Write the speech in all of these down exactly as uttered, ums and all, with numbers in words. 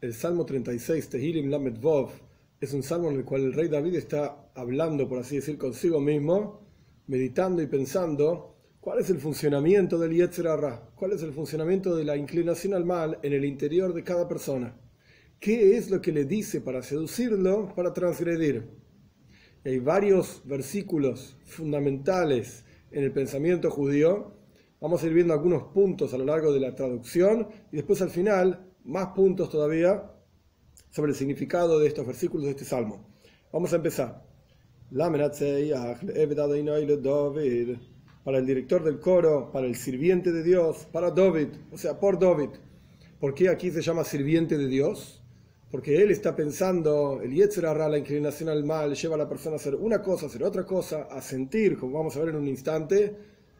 El Salmo treinta y seis, Tehilim Lamed Vov, es un salmo en el cual el rey David está hablando, por así decir, consigo mismo, meditando y pensando cuál es el funcionamiento del Yetzer Hara, cuál es el funcionamiento de la inclinación al mal en el interior de cada persona. ¿Qué es lo que le dice para seducirlo, para transgredir? Y hay varios versículos fundamentales en el pensamiento judío. Vamos a ir viendo algunos puntos a lo largo de la traducción y después al final más puntos todavía sobre el significado de estos versículos de este salmo. Vamos a empezar. Para el director del coro, para el sirviente de Dios, para David, o sea, por David. ¿Por qué aquí se llama sirviente de Dios? Porque él está pensando, el Yetzer Hara, la inclinación al mal, lleva a la persona a hacer una cosa, a hacer otra cosa, a sentir, como vamos a ver en un instante,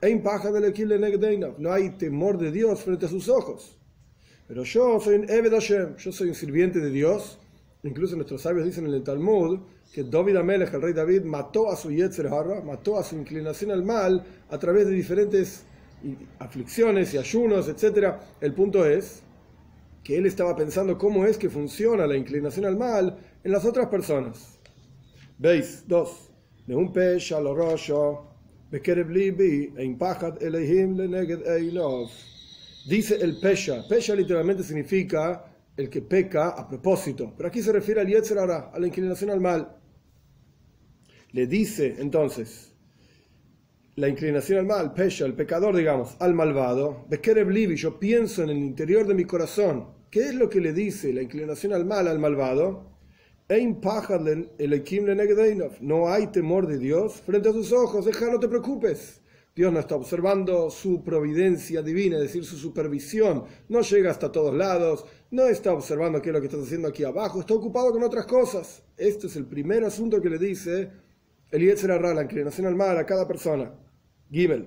no hay temor de Dios frente a sus ojos. Pero yo soy un Eved Hashem, yo soy un sirviente de Dios. Incluso nuestros sabios dicen en el Talmud que David Amelech, el rey David, mató a su Yetzer Hara, mató a su inclinación al mal a través de diferentes aflicciones y ayunos, etcétera. El punto es que él estaba pensando cómo es que funciona la inclinación al mal en las otras personas. Veis, dos. Neum pesha lo rosho, bekerev libi, ein pachat elehim leneged einov. Dice el pesha. Pesha literalmente significa el que peca a propósito. Pero aquí se refiere al Yetzer Hara, a la inclinación al mal. Le dice entonces la inclinación al mal, pesha, el pecador, digamos, al malvado. Bekerev libi, yo pienso en el interior de mi corazón. ¿Qué es lo que le dice la inclinación al mal al malvado? Ein pachad elekim leneged einov. No hay temor de Dios frente a tus ojos. Deja, no te preocupes. Dios no está observando su providencia divina, es decir, su supervisión. No llega hasta todos lados, no está observando qué es lo que estás haciendo aquí abajo, está ocupado con otras cosas. Este es el primer asunto que le dice el Yetzer Hara, la inclinación al mal a cada persona. Gimel.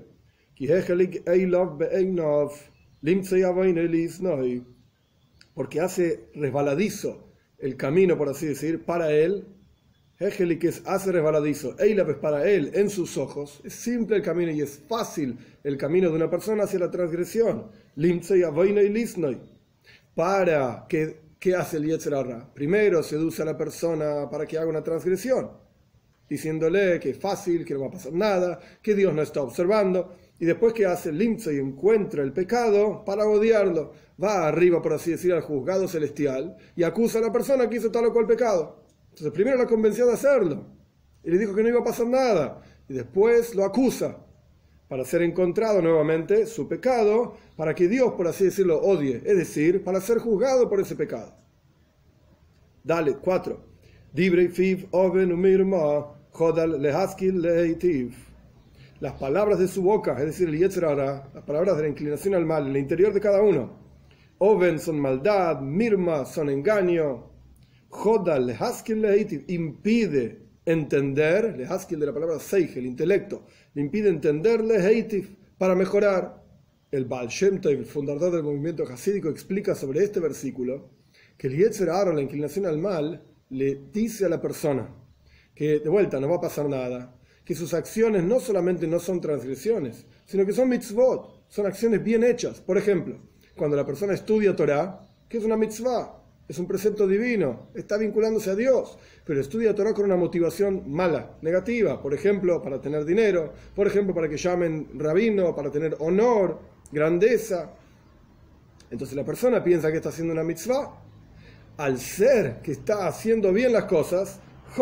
Porque hace resbaladizo el camino, por así decir, para él. Hegeli, que hace resbaladizo, Eilav es para él, en sus ojos, es simple el camino y es fácil el camino de una persona hacia la transgresión. Limtzei avoinoi lisnoi. Para que, ¿qué hace el Yetzer Hara? Primero seduce a la persona para que haga una transgresión, diciéndole que es fácil, que no va a pasar nada, que Dios no está observando. Y después que hace Limtzei, encuentra el pecado para odiarlo. Va arriba, por así decir, al juzgado celestial y acusa a la persona que hizo tal o cual pecado. Entonces primero la convenció de hacerlo y le dijo que no iba a pasar nada y después lo acusa para ser encontrado nuevamente su pecado, para que Dios, por así decirlo, odie, es decir, para ser juzgado por ese pecado. Dale, cuatro. Divrei fiv oven umirma chodal lehaskil leitiv. Las palabras de su boca, es decir, el Yetzer Hara, las palabras de la inclinación al mal, en el interior de cada uno. Oven son maldad, mirma son engaño. Jodal, lehaskil leitiv, impide entender, lehaskil de la palabra seige, el intelecto, le impide entender leitiv para mejorar. El Baal Shem Tov, el fundador del movimiento hasídico, explica sobre este versículo que el Yetzer Hara, la inclinación al mal, le dice a la persona que de vuelta no va a pasar nada, que sus acciones no solamente no son transgresiones, sino que son mitzvot, son acciones bien hechas. Por ejemplo, cuando la persona estudia Torah, ¿qué es una mitzvah? Es un precepto divino, está vinculándose a Dios, pero estudia Torah con una motivación mala, negativa, por ejemplo, para tener dinero, por ejemplo, para que llamen rabino, para tener honor, grandeza. Entonces la persona piensa que está haciendo una mitzvah. Al ser que está haciendo bien las cosas,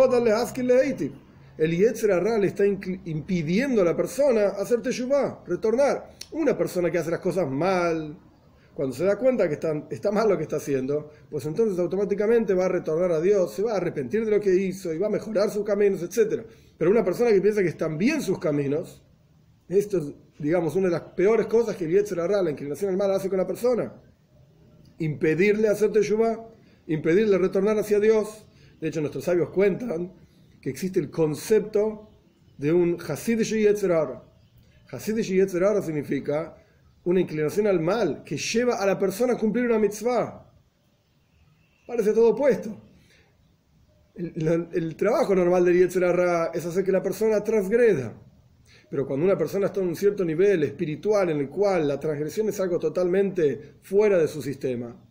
el Yetzer Hara le está impidiendo a la persona hacer teshuvah, retornar. Una persona que hace las cosas mal, cuando se da cuenta que está, está mal lo que está haciendo, pues entonces automáticamente va a retornar a Dios, se va a arrepentir de lo que hizo y va a mejorar sus caminos, etcétera. Pero una persona que piensa que están bien sus caminos, esto es, digamos, una de las peores cosas que el Yetzer Hara, la inclinación al mal, hace con la persona. Impedirle hacer teshuvah, impedirle retornar hacia Dios. De hecho, nuestros sabios cuentan que existe el concepto de un Hasidish Yetzer Hara. Hasidish Yetzer Hara significa una inclinación al mal que lleva a la persona a cumplir una mitzvah. Parece todo opuesto. El, el, el trabajo normal del Yetzer Hara es hacer que la persona transgreda. Pero cuando una persona está en un cierto nivel espiritual en el cual la transgresión es algo totalmente fuera de su sistema,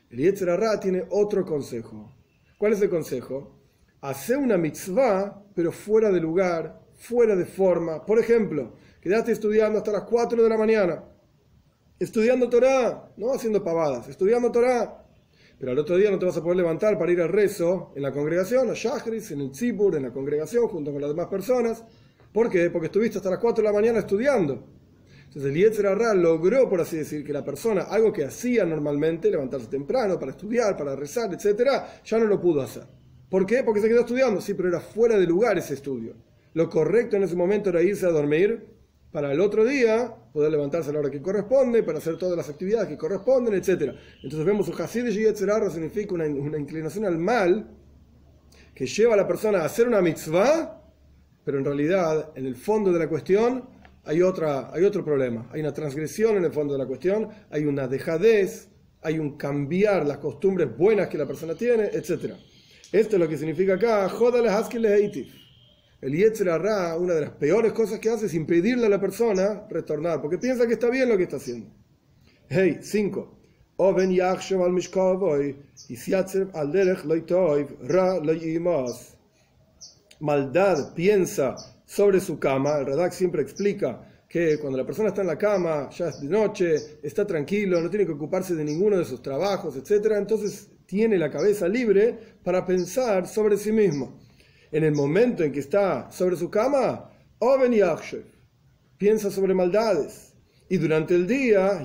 El Yetzer Hará tiene otro consejo. ¿Cuál es el consejo? Hacer una mitzvah, pero fuera de lugar, fuera de forma. Por ejemplo, quedaste estudiando hasta las cuatro de la mañana, estudiando Torah, no haciendo pavadas, estudiando Torah. Pero al otro día no te vas a poder levantar para ir al rezo en la congregación, a Shachris, en el Tzibur, en la congregación, junto con las demás personas. ¿Por qué? Porque estuviste hasta las cuatro de la mañana estudiando. Entonces el Yetzer Hará logró, por así decir, que la persona, algo que hacía normalmente, levantarse temprano para estudiar, para rezar, etcétera, ya no lo pudo hacer. ¿Por qué? Porque se quedó estudiando. Sí, pero era fuera de lugar ese estudio. Lo correcto en ese momento era irse a dormir para el otro día poder levantarse a la hora que corresponde, para hacer todas las actividades que corresponden, etcétera. Entonces vemos un Hasid de Yetzer Hará significa una, una inclinación al mal que lleva a la persona a hacer una mitzvah, pero en realidad, en el fondo de la cuestión, hay, otra, hay otro problema. Hay una transgresión en el fondo de la cuestión, hay una dejadez, hay un cambiar las costumbres buenas que la persona tiene, etcétera. Esto es lo que significa acá, Jodale Haskell Heitif. El Yetzer Hará, una de las peores cosas que hace es impedirle a la persona retornar, porque piensa que está bien lo que está haciendo. Hey, cinco. Oven Yachshav al Mishkavoy, Isyatzev al Derech Loitoiv, Ra Loimas. Maldad piensa sobre su cama. El Radak siempre explica que cuando la persona está en la cama, ya es de noche, está tranquilo, no tiene que ocuparse de ninguno de sus trabajos, etcétera, entonces tiene la cabeza libre para pensar sobre sí mismo. En el momento en que está sobre su cama, Oven Yachshev, piensa sobre maldades. Y durante el día,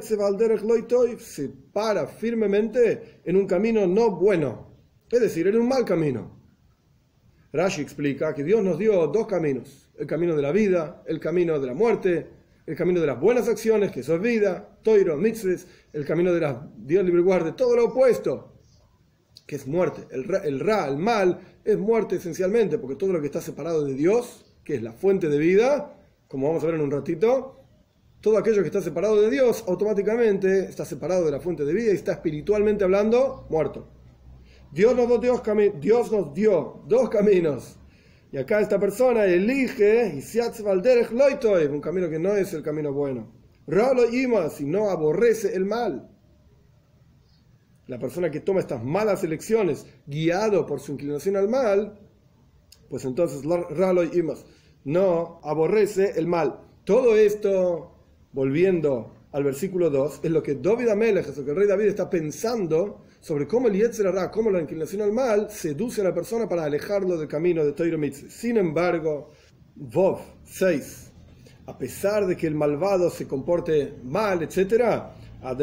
se para firmemente en un camino no bueno, es decir, en un mal camino. Rashi explica que Dios nos dio dos caminos: el camino de la vida, el camino de la muerte, el camino de las buenas acciones, que eso es vida, Toiro, mitzvahs, el camino de las, Dios libre guarde, todo lo opuesto, que es muerte. El ra, el ra, el mal, es muerte esencialmente, porque todo lo que está separado de Dios, que es la fuente de vida, como vamos a ver en un ratito, todo aquello que está separado de Dios, automáticamente está separado de la fuente de vida y está espiritualmente hablando, muerto. Dios nos, Dios, Dios nos dio dos caminos. Y acá esta persona elige un camino que no es el camino bueno. Rolo ima, si no aborrece el mal. La persona que toma estas malas elecciones guiado por su inclinación al mal, pues entonces Rolo ima no aborrece el mal. Todo esto, volviendo al versículo dos, es lo que David Amelech, es lo que el rey David está pensando sobre cómo el Yetzer Hará, cómo la inclinación al mal seduce a la persona para alejarlo del camino de Torah Mitzvah. Sin embargo, Vov seis, a pesar de que el malvado se comporte mal, etcétera,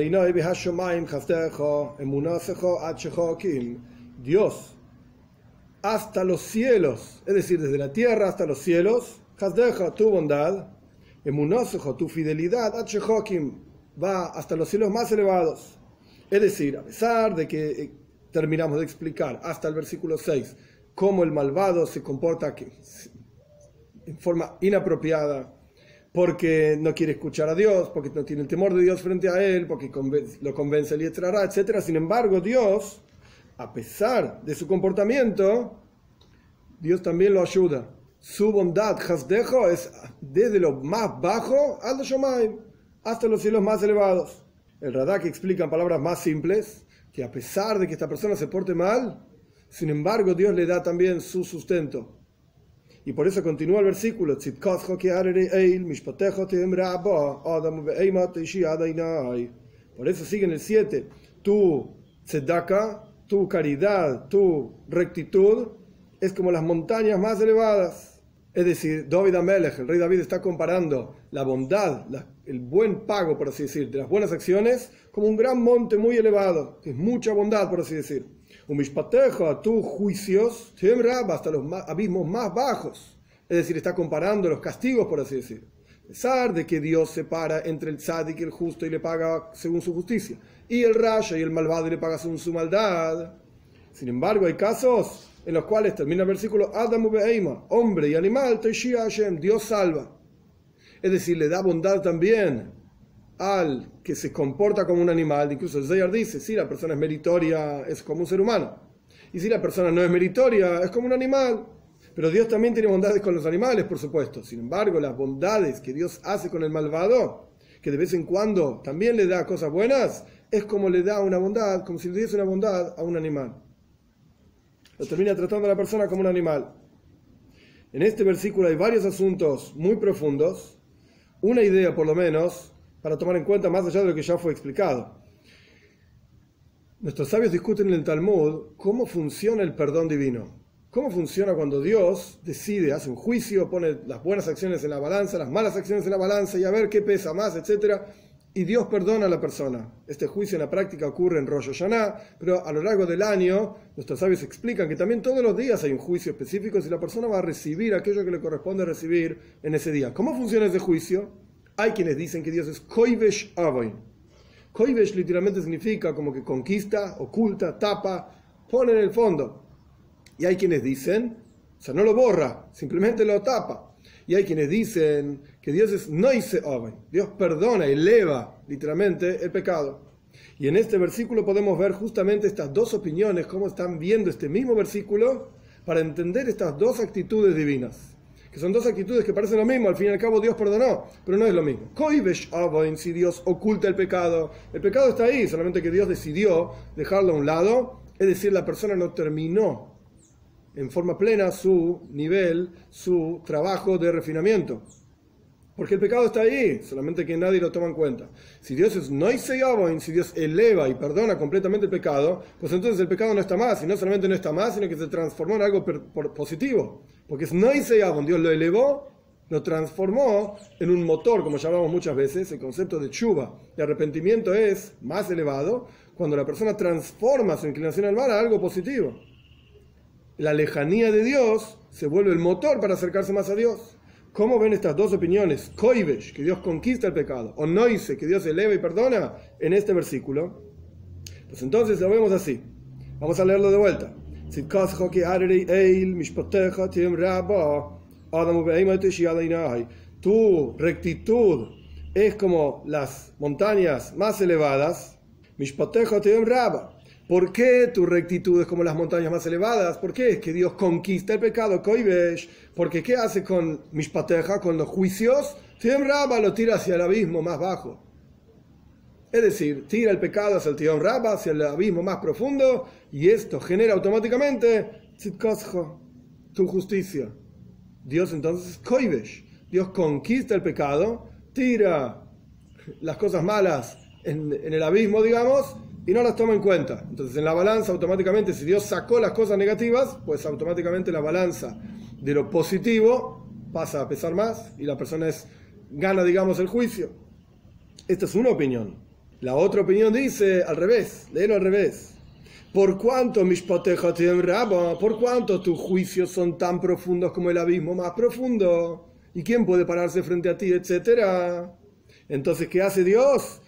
Dios hasta los cielos, es decir, desde la tierra hasta los cielos, tu bondad, tu fidelidad, va hasta los cielos más elevados. Es decir, a pesar de que terminamos de explicar hasta el versículo seis cómo el malvado se comporta en forma inapropiada, porque no quiere escuchar a Dios, porque no tiene el temor de Dios frente a él, porque lo convence el Yetzer Hará, etcétera. Sin embargo, Dios, a pesar de su comportamiento, Dios también lo ayuda. Su bondad, Hasdejo, es desde lo más bajo hasta Shomayim, hasta los cielos más elevados. El Radak explica en palabras más simples que a pesar de que esta persona se porte mal, sin embargo Dios le da también su sustento. Y por eso continúa el versículo: por eso sigue en el siete: tu tzedaka, tu caridad, tu rectitud es como las montañas más elevadas. Es decir, David Amelech, el rey David, está comparando la bondad, la, el buen pago, por así decir, de las buenas acciones, como un gran monte muy elevado, que es mucha bondad, por así decir. Umishpateja, tus juicios, hasta los más, abismos más bajos. Es decir, está comparando los castigos, por así decir. A pesar de que Dios separa entre el tzadik y el justo y le paga según su justicia, y el rasha y el malvado y le paga según su maldad. Sin embargo, hay casos en los cuales termina el versículo: Adam Be'eima, hombre y animal, Teishia Hashem, Dios salva. Es decir, le da bondad también al que se comporta como un animal. Incluso el Zayar dice: si la persona es meritoria, es como un ser humano, y si la persona no es meritoria, es como un animal. Pero Dios también tiene bondades con los animales, por supuesto. Sin embargo, las bondades que Dios hace con el malvado, que de vez en cuando también le da cosas buenas, es como le da una bondad, como si le diese una bondad a un animal. Lo termina tratando a la persona como un animal. En este versículo hay varios asuntos muy profundos, una idea por lo menos, para tomar en cuenta más allá de lo que ya fue explicado. Nuestros sabios discuten en el Talmud cómo funciona el perdón divino. Cómo funciona cuando Dios decide, hace un juicio, pone las buenas acciones en la balanza, las malas acciones en la balanza y a ver qué pesa más, etcétera. Y Dios perdona a la persona. Este juicio en la práctica ocurre en Rosh Hashanah, pero a lo largo del año nuestros sabios explican que también todos los días hay un juicio específico si la persona va a recibir aquello que le corresponde recibir en ese día. ¿Cómo funciona ese juicio? Hay quienes dicen que Dios es Koivesh Avoin. Koivesh literalmente significa como que conquista, oculta, tapa, pone en el fondo. Y hay quienes dicen, o sea, no lo borra, simplemente lo tapa. Y hay quienes dicen que Dios es Noise Avoin. Dios perdona, eleva literalmente el pecado. Y en este versículo podemos ver justamente estas dos opiniones, cómo están viendo este mismo versículo para entender estas dos actitudes divinas. Que son dos actitudes que parecen lo mismo, al fin y al cabo Dios perdonó, pero no es lo mismo. Koivesh Avoin, si Dios oculta el pecado, el pecado está ahí, solamente que Dios decidió dejarlo a un lado, es decir, la persona no terminó en forma plena su nivel, su trabajo de refinamiento. Porque el pecado está ahí, solamente que nadie lo toma en cuenta. Si Dios es Noise Avoin, si Dios eleva y perdona completamente el pecado, pues entonces el pecado no está más, y no solamente no está más, sino que se transformó en algo per, por, positivo. Porque es Noise Avoin, Dios lo elevó, lo transformó en un motor, como llamamos muchas veces, el concepto de tshuva, de arrepentimiento es más elevado, cuando la persona transforma su inclinación al mal a algo positivo. La lejanía de Dios se vuelve el motor para acercarse más a Dios. ¿Cómo ven estas dos opiniones? Koivesh, que Dios conquista el pecado, o Noise, que Dios eleva y perdona, en este versículo. Pues entonces lo vemos así. Vamos a leerlo de vuelta. Tu rectitud es como las montañas más elevadas. ¿Por qué tu rectitud es como las montañas más elevadas? ¿Por qué? Es que Dios conquista el pecado, Koivesh. Porque ¿qué hace con Mishpateja, con los juicios? Tiem Rabba lo tira hacia el abismo más bajo. Es decir, tira el pecado hacia el Tiem Rabba, hacia el abismo más profundo, y esto genera automáticamente Tzidkoscha, tu justicia. Dios entonces es Koivesh. Dios conquista el pecado, tira las cosas malas en, en el abismo, digamos, y no las toma en cuenta. Entonces en la balanza automáticamente, si Dios sacó las cosas negativas, pues automáticamente la balanza de lo positivo pasa a pesar más y la persona es, gana, digamos, el juicio. Esta es una opinión. La otra opinión dice al revés, léelo al revés. Por cuanto mishpateja tiem rabba, por cuanto tus juicios son tan profundos como el abismo más profundo, ¿y quién puede pararse frente a ti, etcétera? Entonces, ¿qué hace Dios?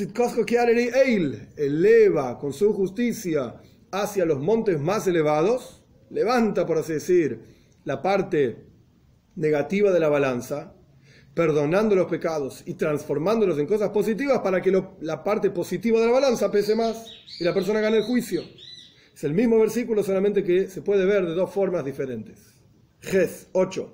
Eleva con su justicia hacia los montes más elevados, levanta, por así decir, la parte negativa de la balanza, perdonando los pecados y transformándolos en cosas positivas para que lo, la parte positiva de la balanza pese más y la persona gane el juicio. Es el mismo versículo, solamente que se puede ver de dos formas diferentes. Ges ocho.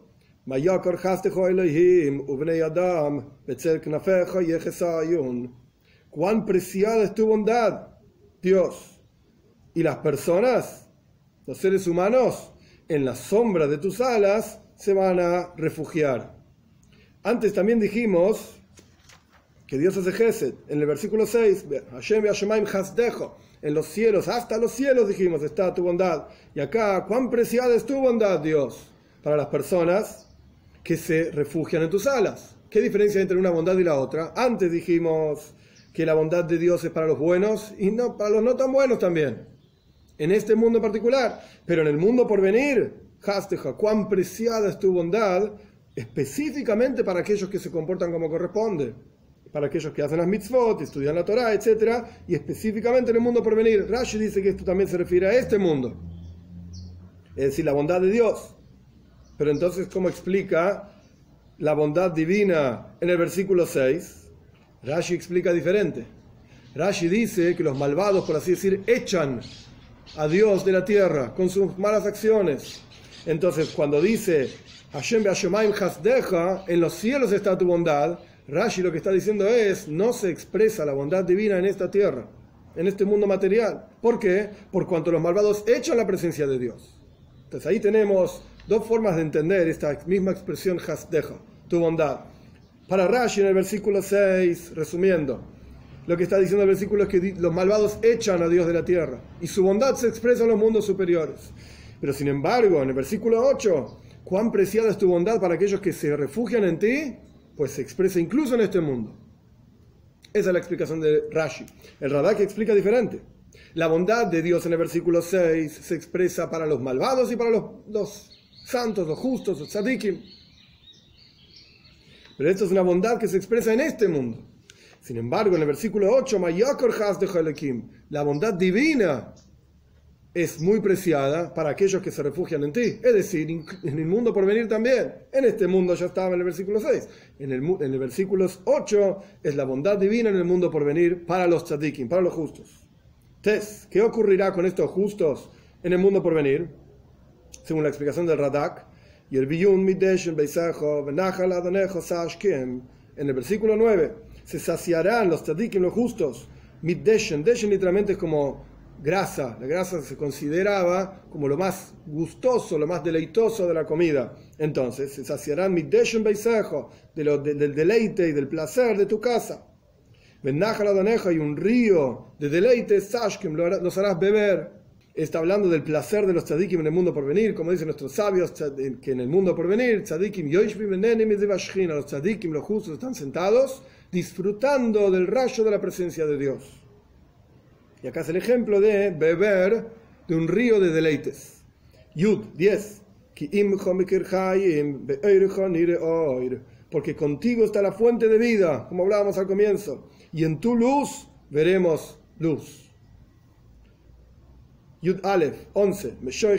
Cuán preciada es tu bondad, Dios, y las personas, los seres humanos, en la sombra de tus alas se van a refugiar. Antes también dijimos que Dios hace Gesed. En el versículo seis, Hashem ve'ashemaim hasdejo, en los cielos, hasta los cielos dijimos, está tu bondad. Y acá, cuán preciada es tu bondad, Dios, para las personas que se refugian en tus alas. ¿Qué diferencia hay entre una bondad y la otra? Antes dijimos que la bondad de Dios es para los buenos y no para los no tan buenos también. En este mundo en particular. Pero en el mundo por venir, Hasteja, cuán preciada es tu bondad, específicamente para aquellos que se comportan como corresponde, para aquellos que hacen las mitzvot, estudian la Torah, etcétera, y específicamente en el mundo por venir. Rashi dice que esto también se refiere a este mundo, es decir, la bondad de Dios. Pero entonces, ¿cómo explica la bondad divina en el versículo seis? Rashi explica diferente. Rashi dice que los malvados, por así decir, echan a Dios de la tierra con sus malas acciones. Entonces, cuando dice Hashem be'ashemaim hasdeja, en los cielos está tu bondad, Rashi lo que está diciendo es, no se expresa la bondad divina en esta tierra. en este mundo material. ¿Por qué? Por cuanto los malvados echan la presencia de Dios. Entonces ahí tenemos dos formas de entender esta misma expresión hasdeja, tu bondad. Para Rashi en el versículo seis, resumiendo, lo que está diciendo el versículo es que los malvados echan a Dios de la tierra y su bondad se expresa en los mundos superiores. Pero sin embargo, en el versículo ocho, cuán preciada es tu bondad para aquellos que se refugian en ti, pues se expresa incluso en este mundo. Esa es la explicación de Rashi. El Radak explica diferente. La bondad de Dios en el versículo seis se expresa para los malvados y para los, los santos, los justos, los tzadikim. Pero esto es una bondad que se expresa en este mundo. Sin embargo, en el versículo ocho, la bondad divina es muy preciada para aquellos que se refugian en ti. Es decir, en el mundo por venir también. En este mundo ya estaba en el versículo seis. En el, en el versículo ocho es la bondad divina en el mundo por venir para los tzadikim, para los justos. Entonces, ¿qué ocurrirá con estos justos en el mundo por venir? Según la explicación del Radak, y el Biyun Mideshen Beisejo, Benachal Adonejo Sashkim, en el versículo nueve, se saciarán los tzadikim, los justos, Mideshen, Deshen literalmente es como grasa, la grasa se consideraba como lo más gustoso, lo más deleitoso de la comida. Entonces, se saciarán Mideshen Beisejo, de lo, de, del deleite y del placer de tu casa. Benachal Adonejo, y un río de deleite, Sashkim, los harás beber. Está hablando del placer de los tzadikim en el mundo por venir, como dicen nuestros sabios, que en el mundo por venir, tzadikim yoshvim benenim midevashchin, los tzadikim, los justos, están sentados disfrutando del rayo de la presencia de Dios. Y acá es el ejemplo de beber de un río de deleites. Yud diez. Porque contigo está la fuente de vida, como hablábamos al comienzo, y en tu luz veremos luz. Yud Aleph, once.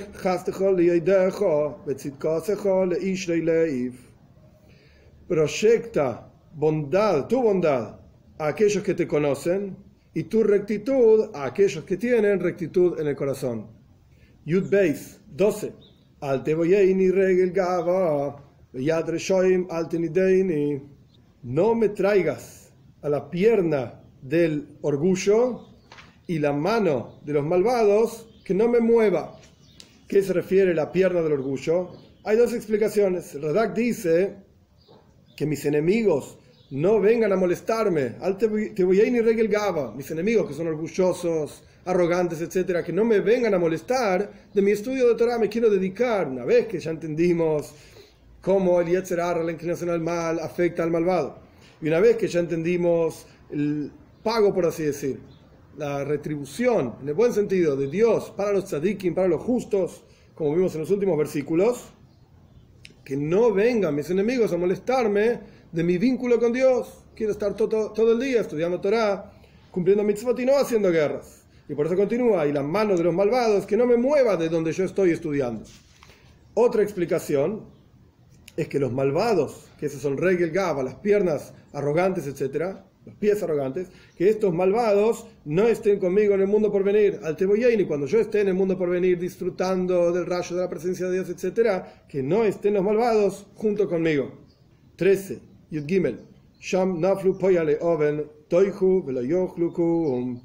Proyecta bondad, tu bondad, a aquellos que te conocen, y tu rectitud a aquellos que tienen rectitud en el corazón. Yud Beis, doce. Al tevoyeini regel gava, yad reshoim al tenideini. No me traigas a la pierna del orgullo y la mano de los malvados, que no me mueva. ¿Qué se refiere a la pierna del orgullo? Hay dos explicaciones. El Radak dice que mis enemigos no vengan a molestarme. Al tevoyeini regel gava, mis enemigos que son orgullosos, arrogantes, etcétera, que no me vengan a molestar de mi estudio de Torah. Me quiero dedicar, una vez que ya entendimos cómo el Yetzer Hara, la inclinación al mal, afecta al malvado, y una vez que ya entendimos el pago, por así decir, la retribución, en el buen sentido, de Dios para los tzadikim, para los justos, como vimos en los últimos versículos, que no vengan mis enemigos a molestarme de mi vínculo con Dios. Quiero estar todo, todo el día estudiando Torah, cumpliendo mitzvot y no haciendo guerras. Y por eso continúa, y la mano de los malvados, que no me mueva de donde yo estoy estudiando. Otra explicación es que los malvados, que esos son regel gava, las piernas arrogantes, etcétera, los pies arrogantes, que estos malvados no estén conmigo en el mundo por venir, al tevoyeini, cuando yo esté en el mundo por venir disfrutando del rayo de la presencia de Dios, etcétera, que no estén los malvados junto conmigo. trece. Yud Gimel. Sham naflu poyale oven toihu velo yochlu kum.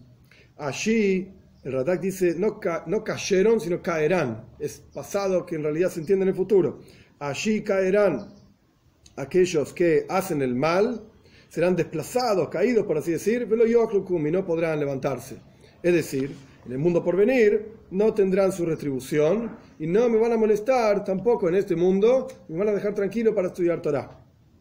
Allí, el Radak dice, no, ca no cayeron, sino caerán. Es pasado que en realidad se entiende en el futuro. Allí caerán aquellos que hacen el mal, serán desplazados, caídos, por así decir, y no podrán levantarse. Es decir, en el mundo por venir no tendrán su retribución y no me van a molestar tampoco en este mundo, me van a dejar tranquilo para estudiar Torah.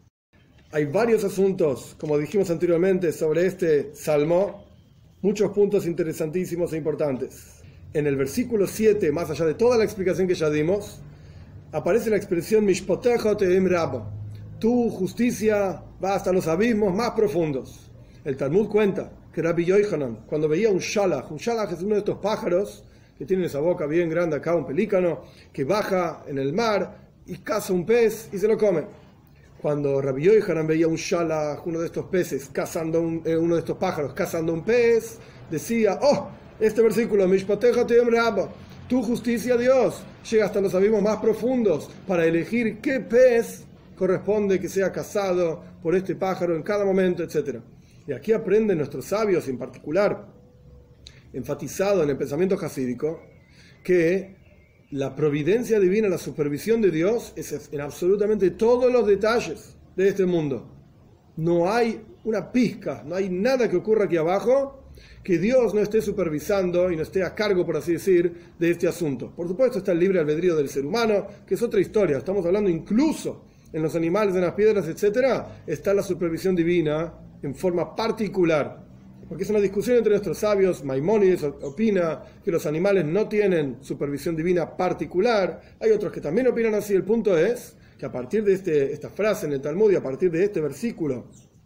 Hay varios asuntos, como dijimos anteriormente, sobre este salmo, muchos puntos interesantísimos e importantes. En el versículo siete, más allá de toda la explicación que ya dimos, aparece la expresión Mishpotejo Teim Rabba. Tu justicia va hasta los abismos más profundos. El Talmud cuenta que Rabbi Yochanan, cuando veía un shalach, un shalach es uno de estos pájaros que tiene esa boca bien grande acá, un pelícano, que baja en el mar y caza un pez y se lo come. Cuando Rabbi Yochanan veía un shalach, uno de estos peces, cazando un, eh, uno de estos pájaros, cazando un pez, decía, oh, este versículo, Mishpateja Teim Rabba, tu justicia, Dios, llega hasta los abismos más profundos para elegir qué pez corresponde que sea cazado por este pájaro en cada momento, etcétera. Y aquí aprenden nuestros sabios en particular enfatizado en el pensamiento jasídico que la providencia divina, la supervisión de Dios es en absolutamente todos los detalles de este mundo. No hay una pizca, no hay nada que ocurra aquí abajo que Dios no esté supervisando y no esté a cargo, por así decir, de este asunto. Por supuesto está el libre albedrío del ser humano, que es otra historia. Estamos hablando incluso en los animales, en las piedras, etcétera, está la supervisión divina en forma particular. Porque es una discusión entre nuestros sabios. Maimónides opina que los animales no tienen supervisión divina particular. Hay otros que también opinan así. El punto es que a partir de este, esta frase en el Talmud y a partir de este versículo,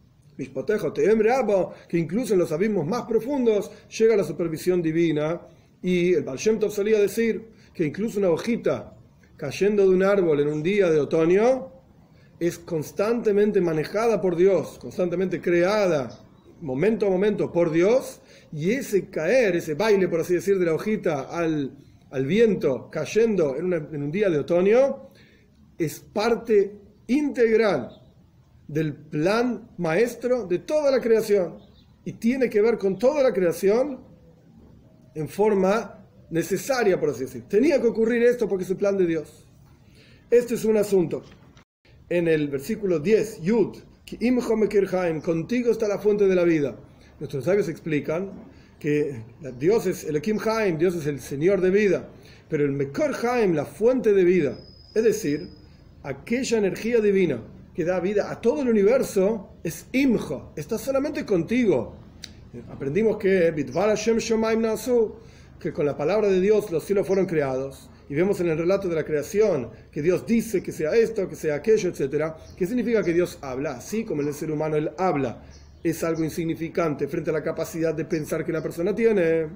que incluso en los abismos más profundos llega la supervisión divina, y el Baal Shem Tov solía decir que incluso una hojita cayendo de un árbol en un día de otoño es constantemente manejada por Dios, constantemente creada momento a momento por Dios, y ese caer, ese baile, por así decir, de la hojita al, al viento cayendo en, una, en un día de otoño es parte integral del plan maestro de toda la creación y tiene que ver con toda la creación en forma necesaria, por así decir. Tenía que ocurrir esto porque es el plan de Dios. Este es un asunto. En el versículo diez, Yud, contigo está la fuente de la vida. Nuestros sabios explican que Dios es el Ekim Haim, Dios es el Señor de vida, pero el Mekor Haim, la fuente de vida, es decir, aquella energía divina que da vida a todo el universo, es Imjo, está solamente contigo. Aprendimos que Bidvar Hashem Shomayim Nasu, que con la palabra de Dios los cielos fueron creados, y vemos en el relato de la creación que Dios dice que sea esto, que sea aquello, etcétera. ¿Qué significa que Dios habla? Así como en el ser humano él habla, es algo insignificante frente a la capacidad de pensar que la persona tiene.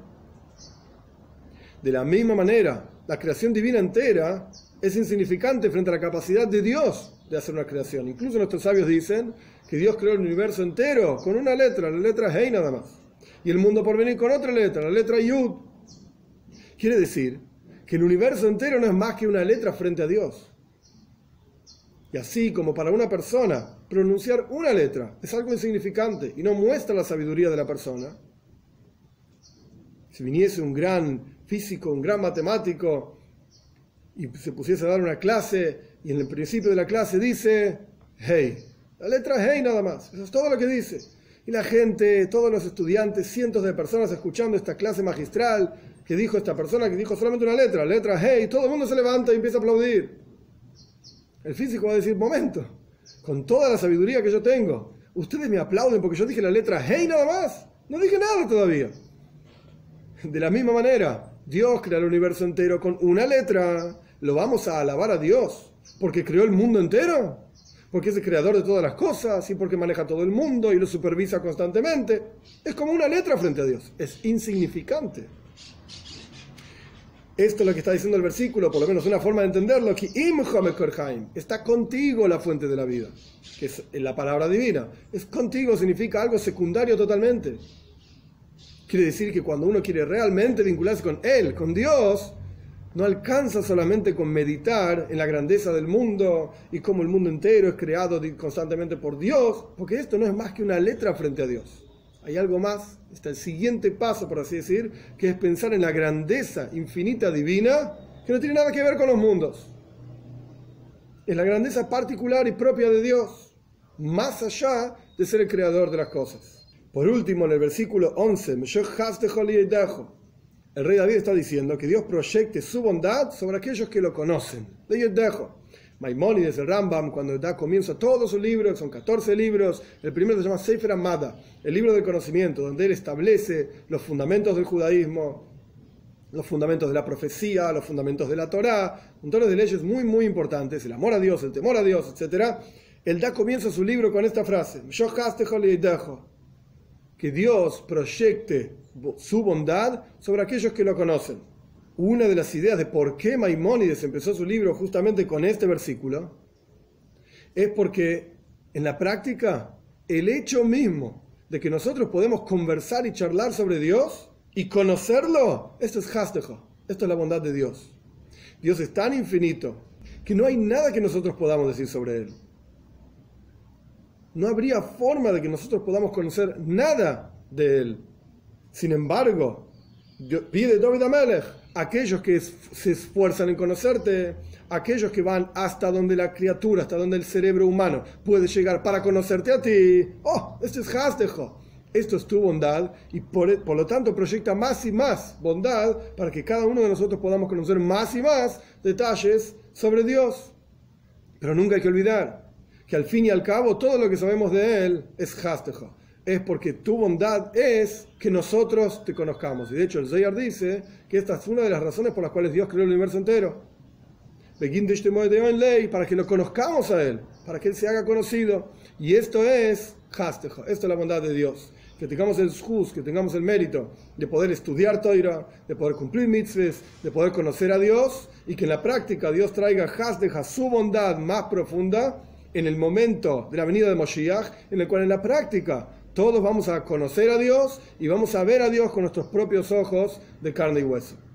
De la misma manera, la creación divina entera es insignificante frente a la capacidad de Dios de hacer una creación. Incluso nuestros sabios dicen que Dios creó el universo entero con una letra, la letra Hei nada más, y el mundo por venir con otra letra, la letra Yud. Quiere decir que el universo entero no es más que una letra frente a Dios. Y así como para una persona pronunciar una letra es algo insignificante y no muestra la sabiduría de la persona, si viniese un gran físico, un gran matemático y se pusiese a dar una clase y en el principio de la clase dice hey, la letra hey nada más, eso es todo lo que dice, y la gente, todos los estudiantes, cientos de personas escuchando esta clase magistral que dijo esta persona, que dijo solamente una letra, la letra hey, todo el mundo se levanta y empieza a aplaudir. El físico va a decir, momento, con toda la sabiduría que yo tengo, ustedes me aplauden porque yo dije la letra hey nada más, no dije nada todavía. De la misma manera, Dios crea el universo entero con una letra. ¿Lo vamos a alabar a Dios porque creó el mundo entero? Porque es el creador de todas las cosas y porque maneja todo el mundo y lo supervisa constantemente. Es como una letra frente a Dios, es insignificante. Esto es lo que está diciendo el versículo, por lo menos una forma de entenderlo, que está contigo la fuente de la vida, que es la palabra divina. Es contigo significa algo secundario totalmente. Quiere decir que cuando uno quiere realmente vincularse con Él, con Dios, no alcanza solamente con meditar en la grandeza del mundo y cómo el mundo entero es creado constantemente por Dios, porque esto no es más que una letra frente a Dios. Hay algo más, está el siguiente paso, por así decir, que es pensar en la grandeza infinita divina, que no tiene nada que ver con los mundos. Es la grandeza particular y propia de Dios, más allá de ser el creador de las cosas. Por último, en el versículo once, el rey David está diciendo que Dios proyecte su bondad sobre aquellos que lo conocen. Maimónides, el Rambam, cuando da comienzo a todos sus libros, son catorce libros, el primero se llama Sefer Hamada, el libro del conocimiento, donde él establece los fundamentos del judaísmo, los fundamentos de la profecía, los fundamentos de la Torá, montones de leyes muy muy importantes, el amor a Dios, el temor a Dios, etcétera. Él da comienzo a su libro con esta frase, que Dios proyecte su bondad sobre aquellos que lo conocen. Una de las ideas de por qué Maimónides empezó su libro justamente con este versículo es porque en la práctica el hecho mismo de que nosotros podemos conversar y charlar sobre Dios y conocerlo, esto es Hastejo, esto es la bondad de Dios. Dios es tan infinito que no hay nada que nosotros podamos decir sobre Él. No habría forma de que nosotros podamos conocer nada de Él. Sin embargo, Pide David Amelech, aquellos que se esfuerzan en conocerte, aquellos que van hasta donde la criatura, hasta donde el cerebro humano puede llegar para conocerte a ti. Oh, esto es Hasdejo. Esto es tu bondad y por, por lo tanto proyecta más y más bondad para que cada uno de nosotros podamos conocer más y más detalles sobre Dios. Pero nunca hay que olvidar que al fin y al cabo todo lo que sabemos de Él es Hasdejo. Es porque tu bondad es que nosotros te conozcamos. Y de hecho el Zohar dice que esta es una de las razones por las cuales Dios creó el universo entero. Para que lo conozcamos a Él, para que Él se haga conocido. Y esto es Hasdejo, esto es la bondad de Dios. Que tengamos el zhus, que tengamos el mérito de poder estudiar Torah, de poder cumplir mitzvahs, de poder conocer a Dios, y que en la práctica Dios traiga Hasdeja, su bondad más profunda, en el momento de la venida de Moshiach, en el cual en la práctica todos vamos a conocer a Dios y vamos a ver a Dios con nuestros propios ojos de carne y hueso.